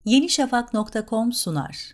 yenişafak.com sunar.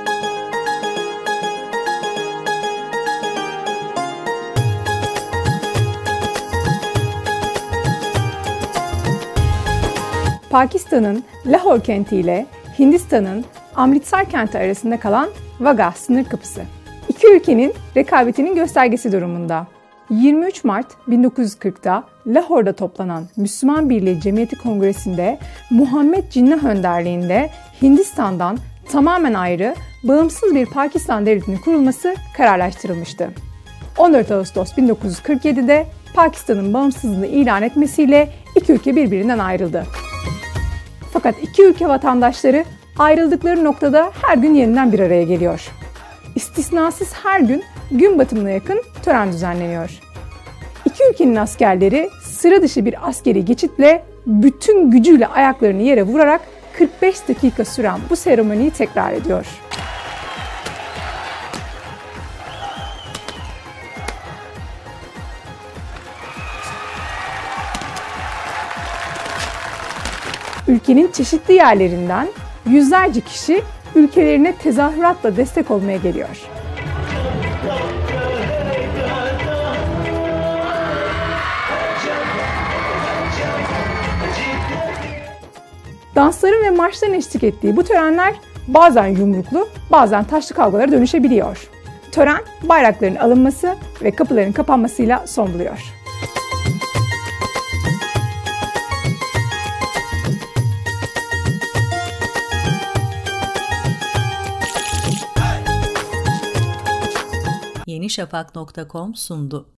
Pakistan'ın Lahore kenti ile Hindistan'ın Amritsar kenti arasında kalan Vagah sınır kapısı. İki ülkenin rekabetinin göstergesi durumunda. 23 Mart 1940'da Lahore'da toplanan Müslüman Birliği Cemiyeti Kongresi'nde Muhammed Cinnah önderliğinde Hindistan'dan tamamen ayrı, bağımsız bir Pakistan devletinin kurulması kararlaştırılmıştı. 14 Ağustos 1947'de Pakistan'ın bağımsızlığını ilan etmesiyle iki ülke birbirinden ayrıldı. Fakat iki ülke vatandaşları ayrıldıkları noktada her gün yeniden bir araya geliyor. İstisnasız her gün batımına yakın tören düzenleniyor. İki ülkenin askerleri sıra dışı bir askeri geçitle bütün gücüyle ayaklarını yere vurarak 45 dakika süren bu seremoniyi tekrar ediyor. Ülkenin çeşitli yerlerinden yüzlerce kişi ülkelerine tezahüratla destek olmaya geliyor. Dansların ve marşların eşlik ettiği bu törenler bazen yumruklu, bazen taşlı kavgalara dönüşebiliyor. Tören, bayrakların alınması ve kapıların kapanmasıyla son buluyor. yenişafak.com sundu.